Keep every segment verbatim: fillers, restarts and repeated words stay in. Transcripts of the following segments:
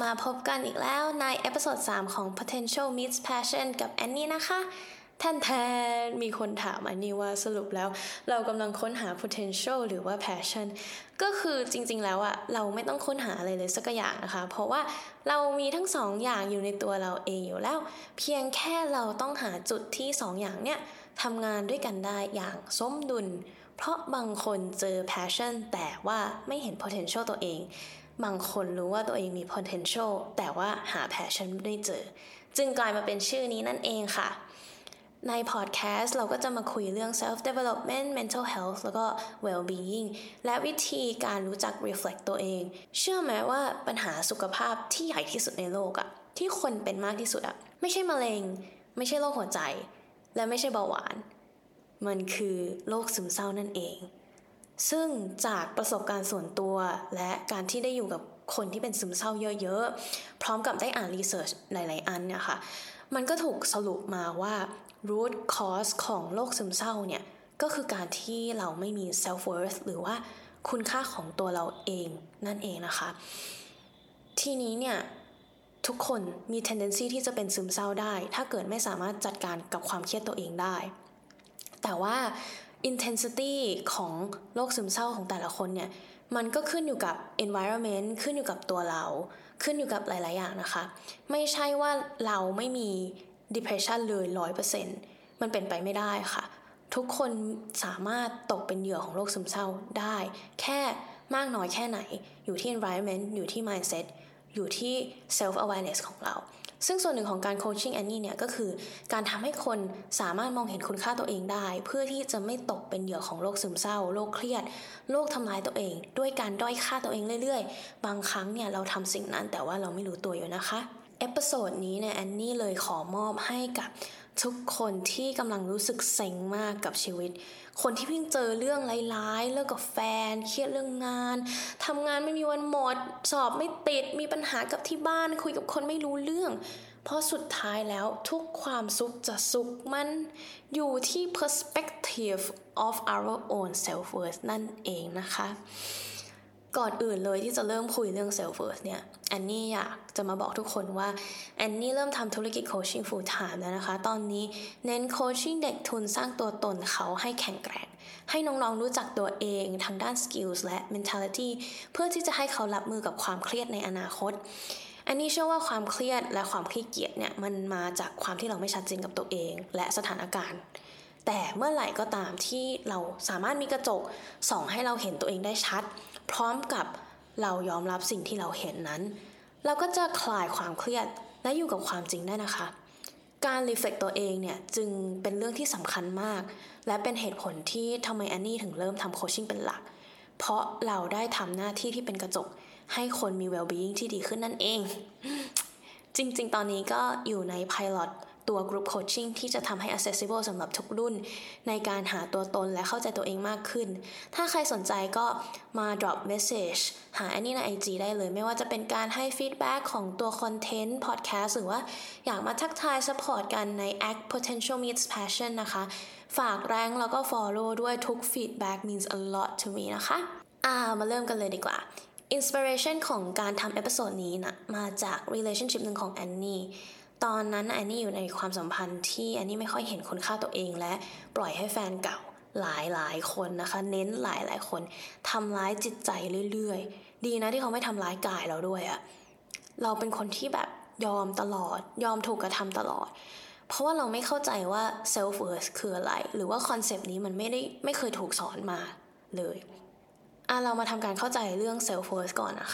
มาพบกันอีกแล้วในเอพิโซดสามของ Potential Meets Passion กับแอนนี่นะคะแทนๆมีคนถามอันนี้ว่าสรุปแล้วเรากำลังค้นหา potential หรือว่า passion ก็คือจริงๆแล้วอะเราไม่ต้องค้นหาอะไรเลยสักอย่างนะคะเพราะว่าเรามีทั้งสองอย่างอยู่ในตัวเราเองอยู่แล้วเพียงแค่เราต้องหาจุดที่สองอย่างเนี้ยทำงานด้วยกันได้อย่างสมดุลเพราะบางคนเจอ passion แต่ว่าไม่เห็น potential ตัวเองบางคนรู้ว่าตัวเองมี potential แต่ว่าหา passion ไม่เจอจึงกลายมาเป็นชื่อนี้นั่นเองค่ะในพอดแคสต์เราก็จะมาคุยเรื่อง self development mental health แล้วก็ well being และวิธีการรู้จัก reflect ตัวเองเชื่อไหมว่าปัญหาสุขภาพที่ใหญ่ที่สุดในโลกอะที่คนเป็นมากที่สุดอะไม่ใช่มะเร็งไม่ใช่โรคหัวใจและไม่ใช่เบาหวานมันคือโรคซึมเศร้านั่นเองซึ่งจากประสบการณ์ส่วนตัวและการที่ได้อยู่กับคนที่เป็นซึมเศร้าเยอะๆพร้อมกับได้อ่านรีเสิร์ชหลายๆอันเนี่ยค่ะมันก็ถูกสรุปมาว่า root cause ของโรคซึมเศร้าเนี่ยก็คือการที่เราไม่มี self worth หรือว่าคุณค่าของตัวเราเองนั่นเองนะคะทีนี้เนี่ยทุกคนมี tendency ที่จะเป็นซึมเศร้าได้ถ้าเกิดไม่สามารถจัดการกับความเครียดตัวเองได้แต่ว่า intensity ของโรคซึมเศร้าของแต่ละคนเนี่ยมันก็ขึ้นอยู่กับ environment ขึ้นอยู่กับตัวเราขึ้นอยู่กับหลายๆอย่างนะคะไม่ใช่ว่าเราไม่มี depression เลย ร้อยเปอร์เซ็นต์ มันเป็นไปไม่ได้ค่ะทุกคนสามารถตกเป็นเหยื่อของโรคซึมเศร้าได้แค่มากน้อยแค่ไหนอยู่ที่ environment อยู่ที่ mindset อยู่ที่ self awareness ของเราซึ่งส่วนหนึ่งของการโคชชิ่งแอนนี่เนี่ยก็คือการทำให้คนสามารถมองเห็นคุณค่าตัวเองได้เพื่อที่จะไม่ตกเป็นเหยื่อของโรคซึมเศร้าโรคเครียดโรคทำลายตัวเองด้วยการด้อยค่าตัวเองเรื่อยๆบางครั้งเนี่ยเราทำสิ่งนั้นแต่ว่าเราไม่รู้ตัวอยู่นะคะเอพิโซดนี้เนี่ยแอนนี่เลยขอมอบให้กับทุกคนที่กำลังรู้สึกเซ็งมากกับชีวิตคนที่เพิ่งเจอเรื่องร้ายๆเลิกกับแฟนเครียดเรื่องงานทำงานไม่มีวันหมดสอบไม่ติดมีปัญหากับที่บ้านคุยกับคนไม่รู้เรื่องเพราะสุดท้ายแล้วทุกความสุขจะสุขมันอยู่ที่ perspective of our own self worth นั่นเองนะคะก่อนอื่นเลยที่จะเริ่มคุยเรื่อง self worth เนี่ยแอนนี่อยากจะมาบอกทุกคนว่าแอนนี่เริ่มทำธุรกิจโคชชิ่ง full time แล้วนะคะตอนนี้เน้นโคชชิ่งเด็กทุนสร้างตัวตนเขาให้แข็งแกร่งให้น้องๆรู้จักตัวเองทางด้าน skills และ mentality เพื่อที่จะให้เขารับมือกับความเครียดในอนาคตอันนี้เชื่อว่าความเครียดและความขี้เกียจเนี่ยมันมาจากความที่เราไม่ชัดเจนกับตัวเองและสถานการณ์แต่เมื่อไหร่ก็ตามที่เราสามารถมีกระจกส่องให้เราเห็นตัวเองได้ชัดพร้อมกับเรายอมรับสิ่งที่เราเห็นนั้นเราก็จะคลายความเครียดและอยู่กับความจริงได้นะคะการรีเฟล็กตัวเองเนี่ยจึงเป็นเรื่องที่สำคัญมากและเป็นเหตุผลที่ทำไมแอนนี่ถึงเริ่มทำโคชชิ่งเป็นหลักเพราะเราได้ทำหน้าที่ที่เป็นกระจกให้คนมี well-being ที่ดีขึ้นนั่นเองจริงๆตอนนี้ก็อยู่ใน pilot ตัว group coaching ที่จะทำให้ accessible สำหรับทุกรุ่นในการหาตัวตนและเข้าใจตัวเองมากขึ้นถ้าใครสนใจก็มา drop message หาแอนนี่ใน ไอ จี ได้เลยไม่ว่าจะเป็นการให้ feedback ของตัว content podcast หรือว่าอยากมาทักทาย support กันใน act potential meets passion นะคะฝากแรงแล้วก็ follow ด้วยทุก feedback means a lot to me นะคะอ่ามาเริ่มกันเลยดีกว่าinspiration ของการทำเอพิโซดนี้นะมาจาก relationship หนึ่งของแอนนี่ตอนนั้นแอนนี่อยู่ในความสัมพันธ์ที่แอนนี่ไม่ค่อยเห็นคุณค่าตัวเองและปล่อยให้แฟนเก่าหลายหลายคนนะคะเน้นหลายหลายคนทำร้ายจิตใจเรื่อยๆดีนะที่เขาไม่ทำร้ายกายเราด้วยอะเราเป็นคนที่แบบยอมตลอดยอมถูกกระทำตลอดเพราะว่าเราไม่เข้าใจว่า self worth คืออะไรหรือว่าคอนเซปต์นี้มันไม่ได้ไม่เคยถูกสอนมาเลยอ่ะเรามาทำการเข้าใจเรื่อง self worth ก่อนนะคะ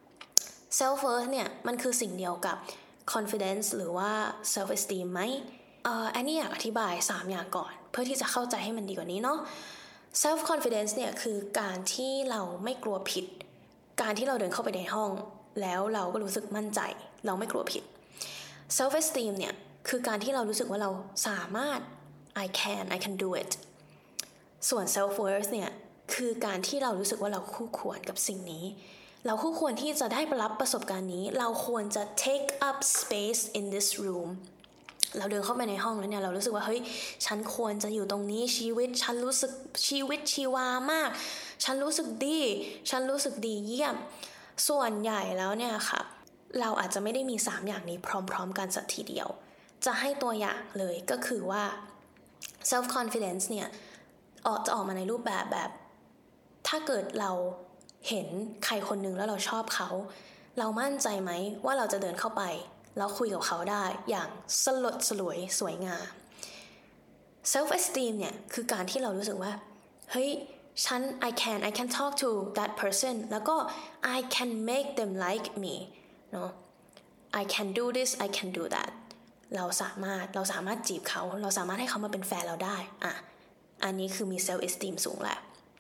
self worth เนี่ยมันคือสิ่งเดียวกับ confidence หรือว่า self esteem ไหมเอ่ออันนี้อยากอธิบายสามอย่างก่อนเพื่อที่จะเข้าใจให้มันดีกว่านี้เนาะ self confidence เนี่ยคือการที่เราไม่กลัวผิดการที่เราเดินเข้าไปในห้องแล้วเราก็รู้สึกมั่นใจเราไม่กลัวผิด self esteem เนี่ยคือการที่เรารู้สึกว่าเราสามารถ I can I can do it ส่วน self worth เนี่ยคือการที่เรารู้สึกว่าเราคู่ควรกับสิ่งนี้เราคู่ควรที่จะได้รับประสบการณ์นี้เราควรจะ take up space in this room เราเดินเข้าไปในห้องแล้วเนี่ยเรารู้สึกว่าเฮ้ยฉันควรจะอยู่ตรงนี้ชีวิตฉันรู้สึกชีวิตชีวามากฉันรู้สึกดีฉันรู้สึกดีเยี่ยมส่วนใหญ่แล้วเนี่ยค่ะเราอาจจะไม่ได้มีสามอย่างนี้พร้อมๆกันสักทีเดียวจะให้ตัวอย่างเลยก็คือว่า self confidence เนี่ยออกจะออกมาในรูปแบบแบบถ้าเกิดเราเห็นใครคนนึงแล้วเราชอบเขาเรามั่นใจไหมว่าเราจะเดินเข้าไปแล้วคุยกับเขาได้อย่างสลดสลวยสวยงาม self esteem เนี่ยคือการที่เรารู้สึกว่าเฮ้ยฉัน I can I can talk to that person แล้วก็ I can make them like me เนาะ I can do this I can do that เราสามารถเราสามารถจีบเขาเราสามารถให้เขามาเป็นแฟนเราได้อ่ะอันนี้คือมี self esteem สูงแหละ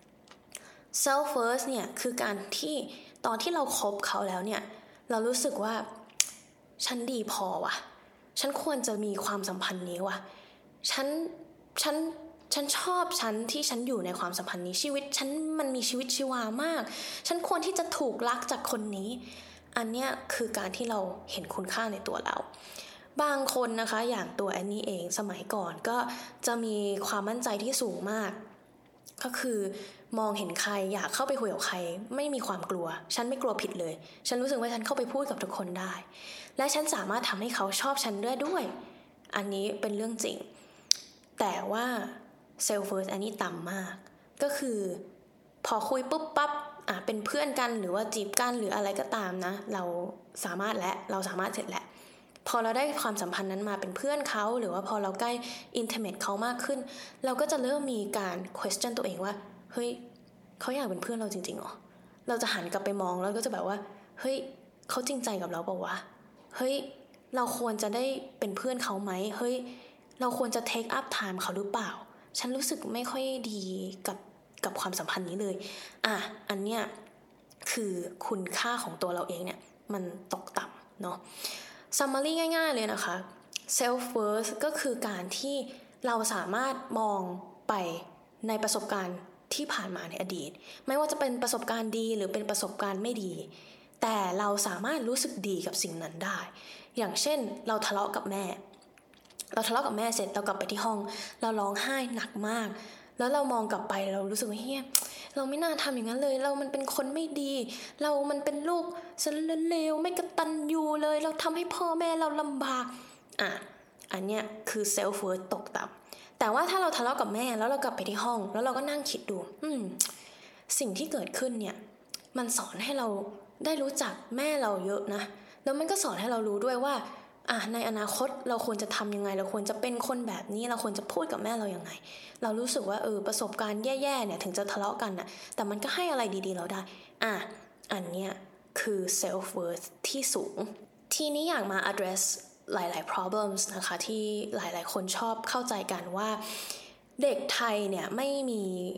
self worth เนี่ยคือการที่ตอนที่เราคบเขาแล้วเนี่ยเรารู้สึกว่าฉันดีพอว่ะฉันควรจะมีความสัมพันธ์นี้ว่ะฉันฉันฉันชอบฉันที่ฉันอยู่ในความสัมพันธ์นี้ชีวิตฉันมันมีชีวิตชีวามากฉันควรที่จะถูกรักจากคนนี้อันเนี้ยคือการที่เราเห็นคุณค่าในตัวเราบางคนนะคะอย่างตัวแอนนี่เองสมัยก่อนก็จะมีความมั่นใจที่สูงมากก็คือมองเห็นใครอยากเข้าไปคุยกับใครไม่มีความกลัวฉันไม่กลัวผิดเลยฉันรู้สึกว่าฉันเข้าไปพูดกับทุกคนได้และฉันสามารถทำให้เขาชอบฉันด้วยด้วยอันนี้เป็นเรื่องจริงแต่ว่าเซลฟ์เวิร์ธอันนี้ต่ำมากก็คือพอคุยปุ๊บปั๊บอ่ะเป็นเพื่อนกันหรือว่าจีบกันหรืออะไรก็ตามนะเราสามารถและเราสามารถเสร็จแหละพอเราได้ความสัมพันธ์นั้นมาเป็นเพื่อนเขาหรือว่าพอเราใกล้อินเทอร์เน็ตเขามากขึ้นเราก็จะเริ่มมีการ question ตัวเองว่าเฮ้ยเขาอยากเป็นเพื่อนเราจริงๆหรอเราจะหันกลับไปมองแล้วก็จะแบบว่าเฮ้ยเขาจริงใจกับเราเปล่าวะเฮ้ยเราควรจะได้เป็นเพื่อนเขาไหมเฮ้ยเราควรจะ take up time เขาหรือเปล่าฉันรู้สึกไม่ค่อยดีกับกับความสัมพันธ์นี้เลยอ่ะอันเนี้ยคือคุณค่าของตัวเราเองเนี่ยมันตกต่ำเนาะ summary ง่ายๆเลยนะคะ self worth ก็คือการที่เราสามารถมองไปในประสบการณ์ที่ผ่านมาในอดีตไม่ว่าจะเป็นประสบการณ์ดีหรือเป็นประสบการณ์ไม่ดีแต่เราสามารถรู้สึกดีกับสิ่งนั้นได้อย่างเช่นเราทะเลาะกับแม่เราทะเลาะกับแม่เสร็จเรากลับไปที่ห้องเราร้องไห้หนักมากแล้วเรามองกลับไปเรารู้สึกว่าเฮียเราไม่น่าทำอย่างนั้นเลยเรามันเป็นคนไม่ดีเรามันเป็นลูกสารเลวไม่กตัญญูเลยเราทำให้พ่อแม่เราลำบากอ่ะอันเนี้ยคือ self worth ตกต่ำแต่ว่าถ้าเราทะเลาะกับแม่แล้วเรากลับไปที่ห้องแล้วเราก็นั่งคิดดูอืมสิ่งที่เกิดขึ้นเนี่ยมันสอนให้เราได้รู้จักแม่เราเยอะนะแล้วมันก็สอนให้เรารู้ด้วยว่าอ่ะในอนาคตเราควรจะทำยังไงเราควรจะเป็นคนแบบนี้เราควรจะพูดกับแม่เรายังไงเรารู้สึกว่าเออประสบการณ์แย่ๆเนี่ยถึงจะทะเลาะกันน่ะแต่มันก็ให้อะไรดีๆเราได้อ่ะอันเนี้ยคือ self worth ที่สูงทีนี้อยากมา address หลายๆ problems นะคะที่หลายๆคนชอบเข้าใจกันว่าเด็กไทยเนี่ยไม่มี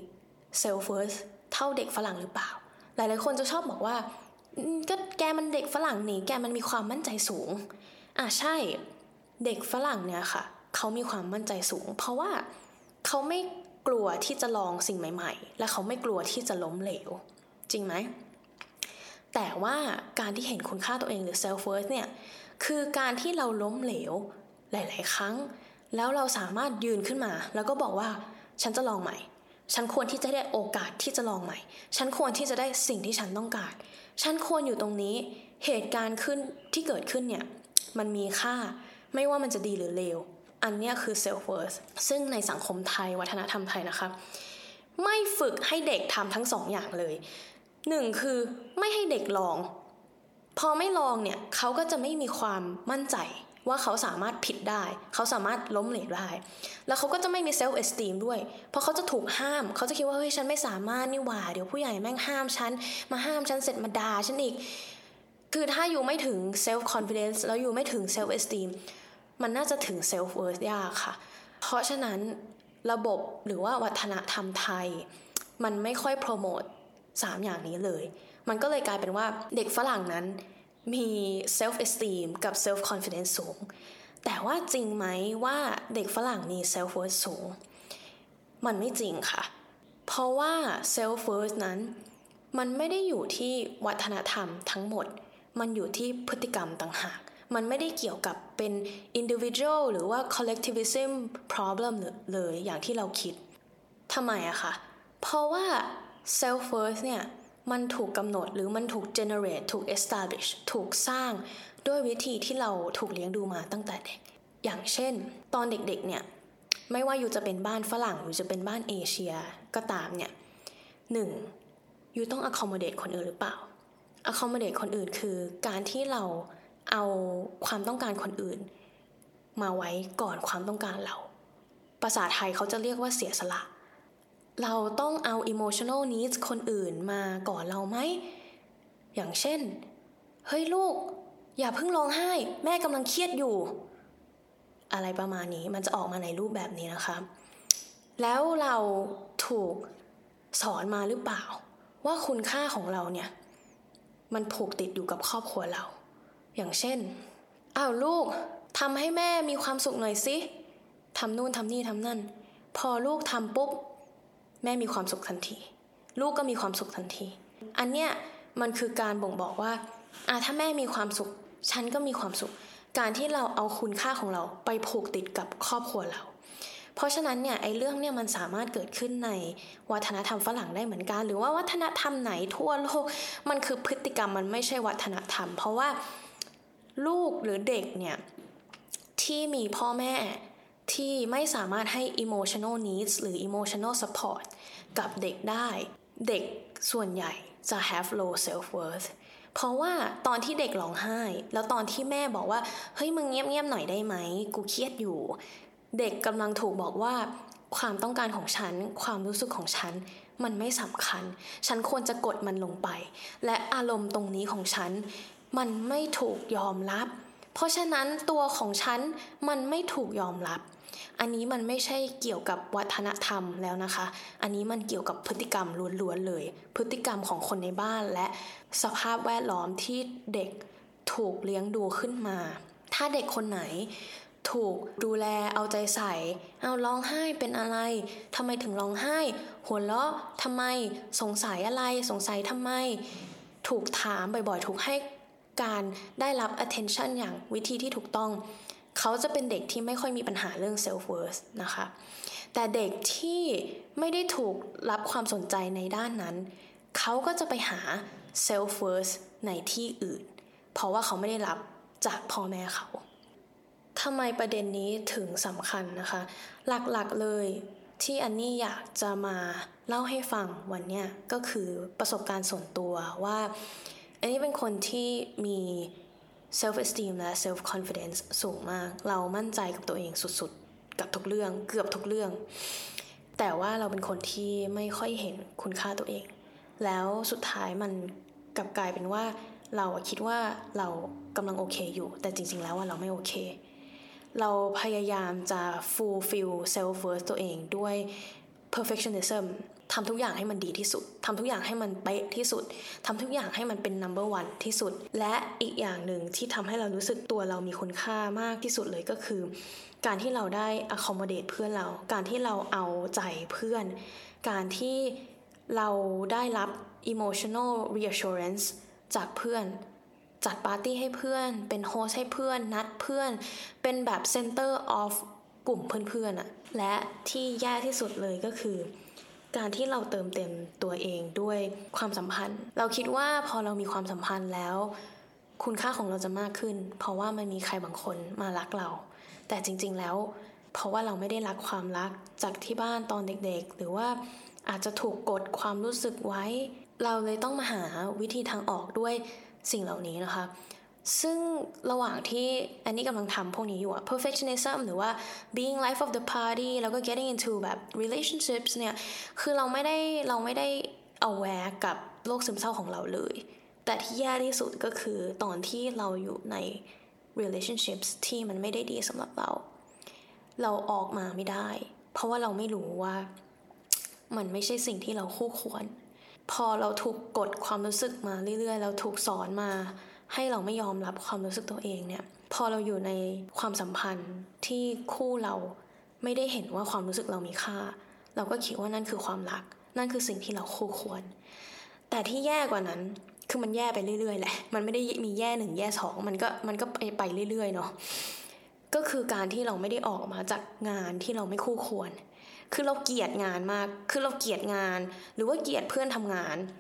self worth เท่าเด็กฝรั่งหรือเปล่าหลายๆคนจะชอบบอกว่าก็แกมันเด็กฝรั่งนี่แกมันมีความมั่นใจสูงอ่ะใช่เด็กฝรั่งเนี่ยค่ะเขามีความมั่นใจสูงเพราะว่าเขาไม่กลัวที่จะลองสิ่งใหม่ๆและเขาไม่กลัวที่จะล้มเหลวจริงไหมแต่ว่าการที่เห็นคุณค่าตัวเองหรือ self worth เนี่ยคือการที่เราล้มเหลวหลายๆครั้งแล้วเราสามารถยืนขึ้นมาแล้วก็บอกว่าฉันจะลองใหม่ฉันควรที่จะได้โอกาสที่จะลองใหม่ฉันควรที่จะได้สิ่งที่ฉันต้องการฉันควรอยู่ตรงนี้เหตุการณ์ขึ้นที่เกิดขึ้นเนี่ยมันมีค่าไม่ว่ามันจะดีหรือเลวอันนี้คือ self worth ซึ่งในสังคมไทยวัฒนธรรมไทยนะคะไม่ฝึกให้เด็กทำทั้งสองอย่างเลยหนึ่งคือไม่ให้เด็กลองพอไม่ลองเนี่ยเขาก็จะไม่มีความมั่นใจว่าเขาสามารถผิดได้เขาสามารถล้มเหลวได้แล้วเขาก็จะไม่มี self esteem ด้วยเพราะเขาจะถูกห้ามเขาจะคิดว่าเฮ้ยฉันไม่สามารถนี่หว่าเดี๋ยวผู้ใหญ่แม่งห้ามฉันมาห้ามฉันเสร็จมาด่าฉันอีกคือถ้าอยู่ไม่ถึง self confidence แล้วอยู่ไม่ถึง self esteem มันน่าจะถึง self worth ยากค่ะเพราะฉะนั้นระบบหรือว่าวัฒนธรรมไทยมันไม่ค่อยโปรโมทสามอย่างนี้เลยมันก็เลยกลายเป็นว่าเด็กฝรั่งนั้นมี self esteem กับ self confidence สูงแต่ว่าจริงไหมว่าเด็กฝรั่งมี self worth สูงมันไม่จริงค่ะเพราะว่า self worth นั้นมันไม่ได้อยู่ที่วัฒนธรรมทั้งหมดมันอยู่ที่พฤติกรรมต่างหากมันไม่ได้เกี่ยวกับเป็น individual หรือว่า collectivism problem เลยอย่างที่เราคิดทำไมอะคะเพราะว่า self worth เนี่ยมันถูกกำหนดหรือมันถูก generate ถูก establish ถูกสร้างด้วยวิธีที่เราถูกเลี้ยงดูมาตั้งแต่เด็กอย่างเช่นตอนเด็กๆเนี่ยไม่ว่าอยู่จะเป็นบ้านฝรั่งหรือจะเป็นบ้านเอเชียก็ตามเนี่ยหนึ่งอยู่ต้อง accommodate คนอื่นหรือเปล่า accommodate คนอื่นคือการที่เราเอาความต้องการคนอื่นมาไว้ก่อนความต้องการเราภาษาไทยเขาจะเรียกว่าเสียสละเราต้องเอา emotional needs คนอื่นมาก่อนเราไหมอย่างเช่นเฮ้ยลูกอย่าเพิ่งร้องไห้แม่กำลังเครียดอยู่อะไรประมาณนี้มันจะออกมาในรูปแบบนี้นะคะแล้วเราถูกสอนมาหรือเปล่าว่าคุณค่าของเราเนี่ยมันผูกติดอยู่กับครอบครัวเราอย่างเช่นอ้าวลูกทำให้แม่มีความสุขหน่อยสิทำนู่นทำนี่ทำนั่นพอลูกทำปุ๊บแม่มีความสุขทันทีลูกก็มีความสุขทันทีอันเนี้ยมันคือการบ่งบอกว่าอ่ะถ้าแม่มีความสุขฉันก็มีความสุขการที่เราเอาคุณค่าของเราไปผูกติดกับครอบครัวเราเพราะฉะนั้นเนี่ยไอ้เรื่องเนี่ยมันสามารถเกิดขึ้นในวัฒนธรรมฝรั่งได้เหมือนกันหรือว่าวัฒนธรรมไหนทั่วโลกมันคือพฤติกรรมมันไม่ใช่วัฒนธรรมเพราะว่าลูกหรือเด็กเนี่ยที่มีพ่อแม่ที่ไม่สามารถให้ emotional needs หรือ emotional support กับเด็กได้เด็กส่วนใหญ่จะ have low self worth เพราะว่าตอนที่เด็กร้องไห้แล้วตอนที่แม่บอกว่าเฮ้ยมึงเงียบๆหน่อยได้ไหมกูเครียดอยู่เด็กกำลังถูกบอกว่าความต้องการของฉันความรู้สึกของฉันมันไม่สำคัญฉันควรจะกดมันลงไปและอารมณ์ตรงนี้ของฉันมันไม่ถูกยอมรับเพราะฉะนั้นตัวของฉันมันไม่ถูกยอมรับอันนี้มันไม่ใช่เกี่ยวกับวัฒนธรรมแล้วนะคะอันนี้มันเกี่ยวกับพฤติกรรมล้วนๆเลยพฤติกรรมของคนในบ้านและสภาพแวดล้อมที่เด็กถูกเลี้ยงดูขึ้นมาถ้าเด็กคนไหนถูกดูแลเอาใจใส่เอาร้องไห้เป็นอะไรทำไมถึงร้องไห้หัวเราะทำไมสงสัยอะไรสงสัยทำไมถูกถามบ่อยๆถูกให้การได้รับ attention อย่างวิธีที่ถูกต้องเขาจะเป็นเด็กที่ไม่ค่อยมีปัญหาเรื่อง self worth นะคะแต่เด็กที่ไม่ได้ถูกรับความสนใจในด้านนั้นเขาก็จะไปหา self worth ในที่อื่นเพราะว่าเขาไม่ได้รับจากพ่อแม่เขาทำไมประเด็นนี้ถึงสำคัญนะคะหลักๆเลยที่อันนี้อยากจะมาเล่าให้ฟังวันนี้ก็คือประสบการณ์ส่วนตัวว่าอันนี้เป็นคนที่มี self esteem และ self confidence สูงมากเรามั่นใจกับตัวเองสุดๆกับทุกเรื่องเกือบทุกเรื่องแต่ว่าเราเป็นคนที่ไม่ค่อยเห็นคุณค่าตัวเองแล้วสุดท้ายมันกลับกลายเป็นว่าเราคิดว่าเรากำลังโอเคอยู่แต่จริงๆแล้วว่าเราไม่โอเคเราพยายามจะ fulfill self worth ตัวเองด้วย perfectionism ทำทุกอย่างให้มันดีที่สุดทำทุกอย่างให้มันเป๊ะที่สุดทำทุกอย่างให้มันเป็น number one ที่สุดและอีกอย่างหนึ่งที่ทำให้เรารู้สึกตัวเรามีคุณค่ามากที่สุดเลยก็คือการที่เราได้ accommodate เพื่อนเราการที่เราเอาใจเพื่อนการที่เราได้รับ emotional reassurance จากเพื่อนจัดปาร์ตี้ให้เพื่อนเป็นโฮสต์ให้เพื่อนนัดเพื่อนเป็นแบบ center of กลุ่มเพื่อนๆอะและที่แย่ที่สุดเลยก็คือการที่เราเติมเต็มตัวเองด้วยความสัมพันธ์เราคิดว่าพอเรามีความสัมพันธ์แล้วคุณค่าของเราจะมากขึ้นเพราะว่ามันมีใครบางคนมารักเราแต่จริงๆแล้วเพราะว่าเราไม่ได้รับความรักจากที่บ้านตอนเด็กๆหรือว่าอาจจะถูกกดความรู้สึกไว้เราเลยต้องมาหาวิธีทางออกด้วยสิ่งเหล่านี้นะคะซึ่งระหว่างที่อันนี้กำลังทำพวกนี้อยู่อะ perfectionism หรือว่า being life of the party แล้วก็ getting into แบบ relationships เนี่ยคือเราไม่ได้เราไม่ได้ aware กับโรคซึมเศร้าของเราเลยแต่ที่แย่ที่สุดก็คือตอนที่เราอยู่ใน relationships ที่มันไม่ได้ดีสำหรับเราเราออกมาไม่ได้เพราะว่าเราไม่รู้ว่ามันไม่ใช่สิ่งที่เราคู่ควรพอเราถูกกดความรู้สึกมาเรื่อยๆเราถูกสอนมาให้เราไม่ยอมรับความรู้สึกตัวเองเนี่ยพอเราอยู่ในความสัมพันธ์ที่คู่เราไม่ได้เห็นว่าความรู้สึกเรามีค่าเราก็คิดว่านั่นคือความรักนั่นคือสิ่งที่เราคู่ควรแต่ที่แย่กว่านั้นคือมันแย่ไปเรื่อยๆแหละมันไม่ได้มีแย่หนึ่งแย่สองมันก็มันก็ไปไปเรื่อยๆเนาะก็คือการที่เราไม่ได้ออกมาจากงานที่เราไม่คู่ควรคือเราเกลียดงานมากคือเราเกลียดงานหรือว่าเกลียดเพื่อนทำงาน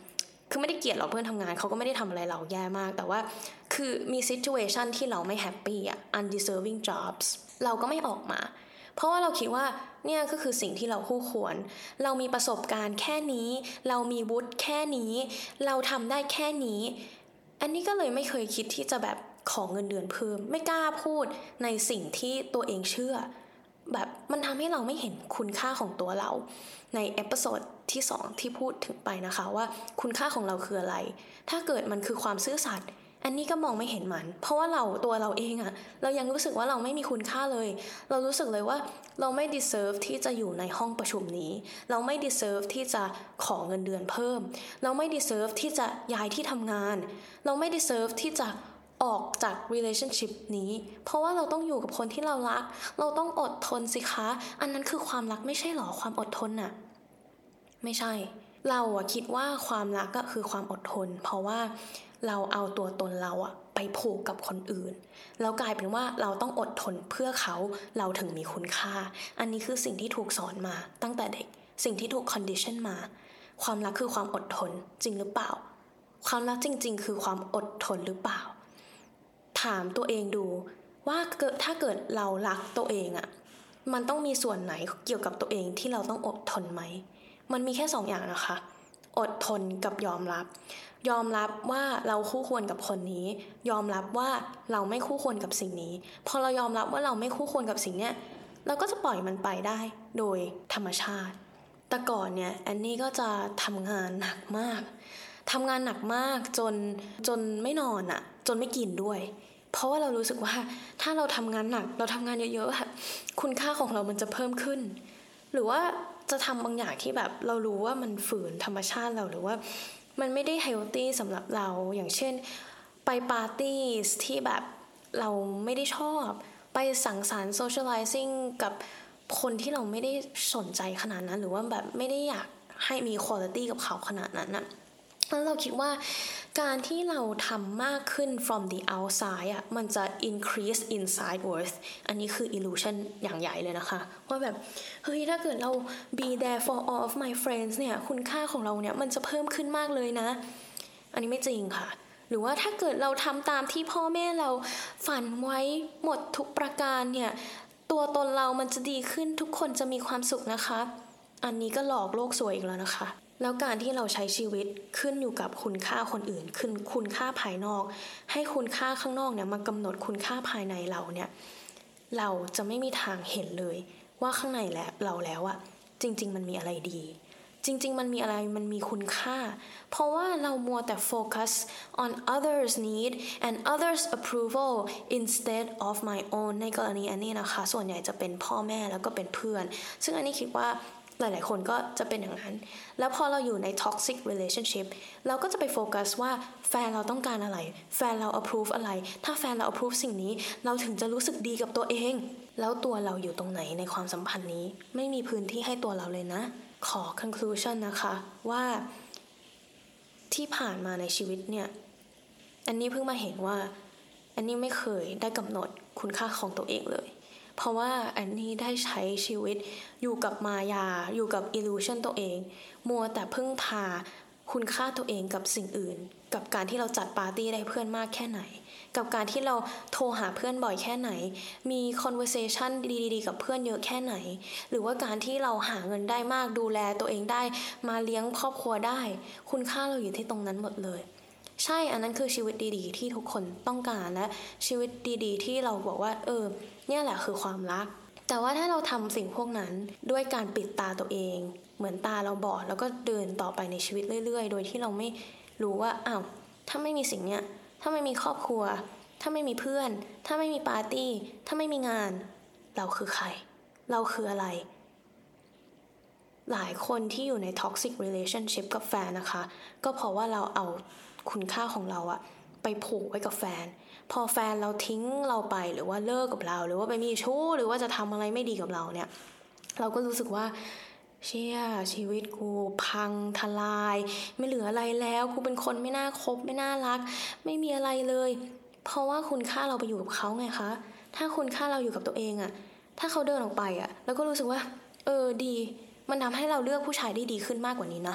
คือไม่ได้เกลียดเราเพื่อนทำงานเขาก็ไม่ได้ทำอะไรเราแย่มากแต่ว่าคือมี situation ที่เราไม่แฮปปี้อ่ะ undeserving jobs เราก็ไม่ออกมาเพราะว่าเราคิดว่าเนี่ยก็คือสิ่งที่เราคู่ควรเรามีประสบการณ์แค่นี้เรามีวุฒิแค่นี้เราทำได้แค่นี้อันนี้ก็เลยไม่เคยคิดที่จะแบบขอเงินเดือนเพิ่มไม่กล้าพูดในสิ่งที่ตัวเองเชื่อแบบมันทำให้เราไม่เห็นคุณค่าของตัวเราในเอพิโซดที่สองที่พูดถึงไปนะคะว่าคุณค่าของเราคืออะไรถ้าเกิดมันคือความซื่อสัตย์อันนี้ก็มองไม่เห็นมันเพราะว่าเราตัวเราเองอะเรายังรู้สึกว่าเราไม่มีคุณค่าเลยเรารู้สึกเลยว่าเราไม่ deserve ที่จะอยู่ในห้องประชุมนี้เราไม่ deserve ที่จะขอเงินเดือนเพิ่มเราไม่ deserve ที่จะย้ายที่ทำงานเราไม่ deserve ที่จะออกจาก relationship นี้เพราะว่าเราต้องอยู่กับคนที่เรารักเราต้องอดทนสิคะอันนั้นคือความรักไม่ใช่หรอความอดทนน่ะไม่ใช่เราอะคิดว่าความรักก็คือความอดทนเพราะว่าเราเอาตัวตนเราอะไปผูกกับคนอื่นแล้วกลายเป็นว่าเราต้องอดทนเพื่อเขาเราถึงมีคุณค่าอันนี้คือสิ่งที่ถูกสอนมาตั้งแต่เด็กสิ่งที่ถูก condition มาความรักคือความอดทนจริงหรือเปล่าความรักจริงๆคือความอดทนหรือเปล่าถามตัวเองดูว่าเกิดถ้าเกิดเรารักตัวเองอะมันต้องมีส่วนไหนเกี่ยวกับตัวเองที่เราต้องอดทนไหมมันมีแค่สองอย่างนะคะอดทนกับยอมรับยอมรับว่าเราคู่ควรกับคนนี้ยอมรับว่าเราไม่คู่ควรกับสิ่งนี้พอเรายอมรับว่าเราไม่คู่ควรกับสิ่งเนี้ยเราก็จะปล่อยมันไปได้โดยธรรมชาติแต่ก่อนเนี่ยแอนนี่ก็จะทำงานหนักมากทำงานหนักมากจนจนไม่นอนอะจนไม่กินด้วยเพราะว่าเรารู้สึกว่าถ้าเราทำงานหนักเราทำงานเยอะๆคุณค่าของเรามันจะเพิ่มขึ้นหรือว่าจะทำบางอย่างที่แบบเรารู้ว่ามันฝืนธรรมชาติเราหรือว่ามันไม่ได้เฮลตี้สำหรับเราอย่างเช่นไปปาร์ตี้ที่แบบเราไม่ได้ชอบไปสังสรรค์โซเชียลไลซิ่งกับคนที่เราไม่ได้สนใจขนาดนั้นหรือว่าแบบไม่ได้อยากให้มีควอลิตี้กับเขาขนาดนั้นน่ะแล้วเราคิดว่าการที่เราทำมากขึ้น from the outside อ่ะมันจะ increase inside worth อันนี้คือ illusion อย่างใหญ่เลยนะคะว่าแบบเฮ้ยถ้าเกิดเรา be there for all of my friends เนี่ยคุณค่าของเราเนี่ยมันจะเพิ่มขึ้นมากเลยนะอันนี้ไม่จริงค่ะหรือว่าถ้าเกิดเราทำตามที่พ่อแม่เราฝันไว้หมดทุกประการเนี่ยตัวตนเรามันจะดีขึ้นทุกคนจะมีความสุขนะคะอันนี้ก็หลอกโลกสวยอีกแล้วนะคะแล้วการที่เราใช้ชีวิตขึ้นอยู่กับคุณค่าคนอื่นขึ้นคุณค่าภายนอกให้คุณค่าข้างนอกเนี่ยมากำหนดคุณค่าภายในเราเนี่ยเราจะไม่มีทางเห็นเลยว่าข้างในแล้วเราแล้วอะจริงๆมันมีอะไรดีจริงๆมันมีอะไรมันมีคุณค่าเพราะว่าเรามัวแต่โฟกัส on others need and others approval instead of my own ในกรณีอันนี้นะคะส่วนใหญ่จะเป็นพ่อแม่แล้วก็เป็นเพื่อนซึ่งอันนี้คิดว่าหลายๆคนก็จะเป็นอย่างนั้นแล้วพอเราอยู่ใน toxic relationship เราก็จะไปโฟกัสว่าแฟนเราต้องการอะไรแฟนเรา approve อะไรถ้าแฟนเรา approve สิ่งนี้เราถึงจะรู้สึกดีกับตัวเองแล้วตัวเราอยู่ตรงไหนในความสัมพันธ์นี้ไม่มีพื้นที่ให้ตัวเราเลยนะขอ conclusion นะคะว่าที่ผ่านมาในชีวิตเนี่ยอันนี้เพิ่งมาเห็นว่าอันนี้ไม่เคยได้กำหนดคุณค่าของตัวเองเลยเพราะว่าอันนี้ได้ใช้ชีวิตอยู่กับมายาอยู่กับ illusion ตัวเองมัวแต่พึ่งพาคุณค่าตัวเองกับสิ่งอื่นกับการที่เราจัดปาร์ตี้ได้เพื่อนมากแค่ไหนกับการที่เราโทรหาเพื่อนบ่อยแค่ไหนมี conversation ดีๆกับเพื่อนเยอะแค่ไหนหรือว่าการที่เราหาเงินได้มากดูแลตัวเองได้มาเลี้ยงครอบครัวได้คุณค่าเราอยู่ที่ตรงนั้นหมดเลยใช่อันนั้นคือชีวิตดีๆที่ทุกคนต้องการและชีวิตดีๆที่เราบอกว่าเออเนี่ยแหละคือความรักแต่ว่าถ้าเราทำสิ่งพวกนั้นด้วยการปิดตาตัวเองเหมือนตาเราบอดแล้วก็เดินต่อไปในชีวิตเรื่อยๆโดยที่เราไม่รู้ว่าอ้าวถ้าไม่มีสิ่งเนี้ยถ้าไม่มีครอบครัวถ้าไม่มีเพื่อนถ้าไม่มีปาร์ตี้ถ้าไม่มีงานเราคือใครเราคืออะไรหลายคนที่อยู่ใน toxic relationship กับแฟนนะคะก็เพราะว่าเราเอาคุณค่าของเราอะไปผูกไว้กับแฟนพอแฟนเราทิ้งเราไปหรือว่าเลิกกับเราหรือว่าไปมีชู้หรือว่าจะทำอะไรไม่ดีกับเราเนี่ยเราก็รู้สึกว่าเชี่ยชีวิตกูพังทลายไม่เหลืออะไรแล้วกูเป็นคนไม่น่าคบไม่น่ารักไม่มีอะไรเลยเพราะว่าคุณค่าเราไปอยู่กับเขาไงคะถ้าคุณค่าเราอยู่กับตัวเองอะถ้าเขาเดินออกไปอะแล้วก็รู้สึกว่าเออดีมันทำให้เราเลือกผู้ชายได้ดีขึ้นมากกว่านี้นะ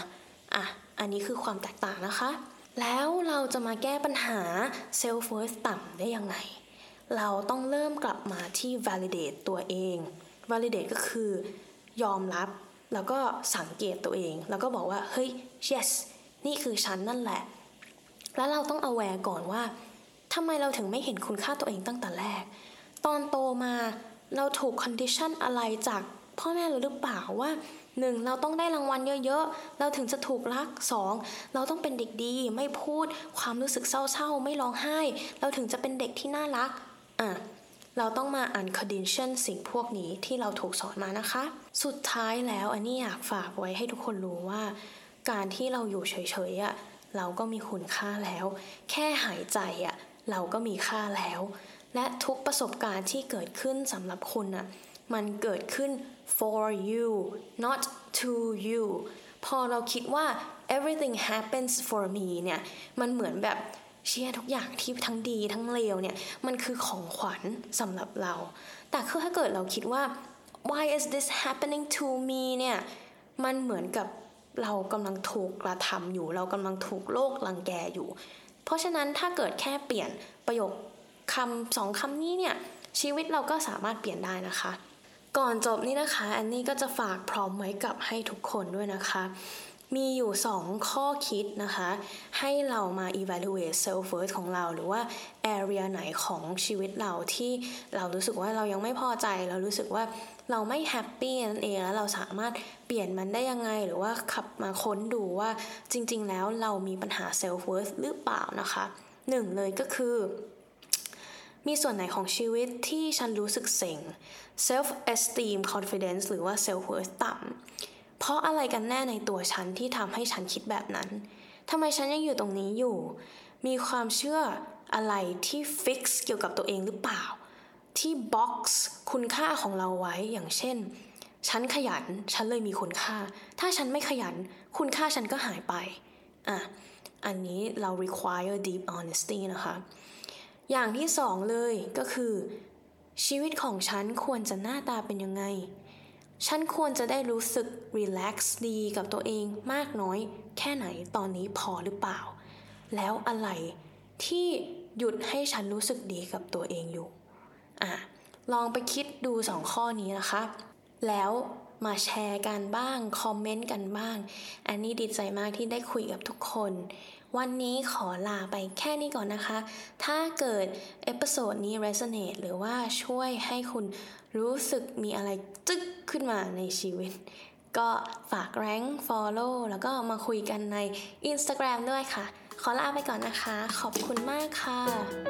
อ่ะอันนี้คือความแตกต่างนะคะแล้วเราจะมาแก้ปัญหา self worth ต่ำได้ยังไงเราต้องเริ่มกลับมาที่ validate ตัวเอง validate ก็คือยอมรับแล้วก็สังเกตตัวเองแล้วก็บอกว่าเฮ้ย yes นี่คือฉันนั่นแหละแล้วเราต้อง aware ก่อนว่าทำไมเราถึงไม่เห็นคุณค่าตัวเองตั้งแต่แรกตอนโตมาเราถูก condition อะไรจากพ่อแม่เราหรือเปล่าว่าหนึ่งเราต้องได้รางวัลเยอะๆเราถึงจะถูกรักสองเราต้องเป็นเด็กดีไม่พูดความรู้สึกเศร้าๆไม่ร้องไห้เราถึงจะเป็นเด็กที่น่ารักอ่ะเราต้องมา uncondition สิ่งพวกนี้ที่เราถูกสอนมานะคะสุดท้ายแล้วอันนี้อยากฝากไว้ให้ทุกคนรู้ว่าการที่เราอยู่เฉยๆอ่ะเราก็มีคุณค่าแล้วแค่หายใจอ่ะเราก็มีค่าแล้วและทุกประสบการณ์ที่เกิดขึ้นสำหรับคุณอ่ะมันเกิดขึ้น for you not to you พอเราคิดว่า everything happens for me เนี่ยมันเหมือนแบบเชื่อทุกอย่างที่ทั้งดีทั้งเลวเนี่ยมันคือของขวัญสำหรับเราแต่คือถ้าเกิดเราคิดว่า why is this happening to me เนี่ยมันเหมือนกับเรากำลังถูกกระทำอยู่เรากำลังถูกโลกรังแกอยู่เพราะฉะนั้นถ้าเกิดแค่เปลี่ยนประโยคคำสองคำนี้เนี่ยชีวิตเราก็สามารถเปลี่ยนได้นะคะก่อนจบนี่นะคะอันนี้ก็จะฝากพร้อมไว้กับให้ทุกคนด้วยนะคะมีอยู่สองข้อคิดนะคะให้เรามา evaluate self worth ของเราหรือว่า area ไหนของชีวิตเราที่เรารู้สึกว่าเรายังไม่พอใจเรารู้สึกว่าเราไม่แฮปปี้นั่นเองแล้วเราสามารถเปลี่ยนมันได้ยังไงหรือว่าขับมาค้นดูว่าจริงๆแล้วเรามีปัญหา self worth หรือเปล่านะคะหนึ่งเลยก็คือมีส่วนไหนของชีวิตที่ฉันรู้สึกเซ็ง self esteem confidence หรือว่า self worth ต่ำเพราะอะไรกันแน่ในตัวฉันที่ทำให้ฉันคิดแบบนั้นทำไมฉันยังอยู่ตรงนี้อยู่มีความเชื่ออะไรที่ฟิกซ์เกี่ยวกับตัวเองหรือเปล่าที่บ็อกซ์คุณค่าของเราไว้อย่างเช่นฉันขยันฉันเลยมีคุณค่าถ้าฉันไม่ขยันคุณค่าฉันก็หายไปอ่ะอันนี้เรา require deep honesty นะคะอย่างที่สองเลยก็คือชีวิตของฉันควรจะหน้าตาเป็นยังไงฉันควรจะได้รู้สึก relax ดีกับตัวเองมากน้อยแค่ไหนตอนนี้พอหรือเปล่าแล้วอะไรที่หยุดให้ฉันรู้สึกดีกับตัวเองอยู่อ่ะลองไปคิดดูสองข้อนี้นะคะแล้วมาแชร์กันบ้างคอมเมนต์กันบ้างอันนี้ดีใจมากที่ได้คุยกับทุกคนวันนี้ขอลาไปแค่นี้ก่อนนะคะถ้าเกิดเอพิโซดนี้ resonate หรือว่าช่วยให้คุณรู้สึกมีอะไรจึ๊กขึ้นมาในชีวิตก็ฝากแรงค์ follow แล้วก็มาคุยกันใน Instagram ด้วยค่ะขอลาไปก่อนนะคะขอบคุณมากค่ะ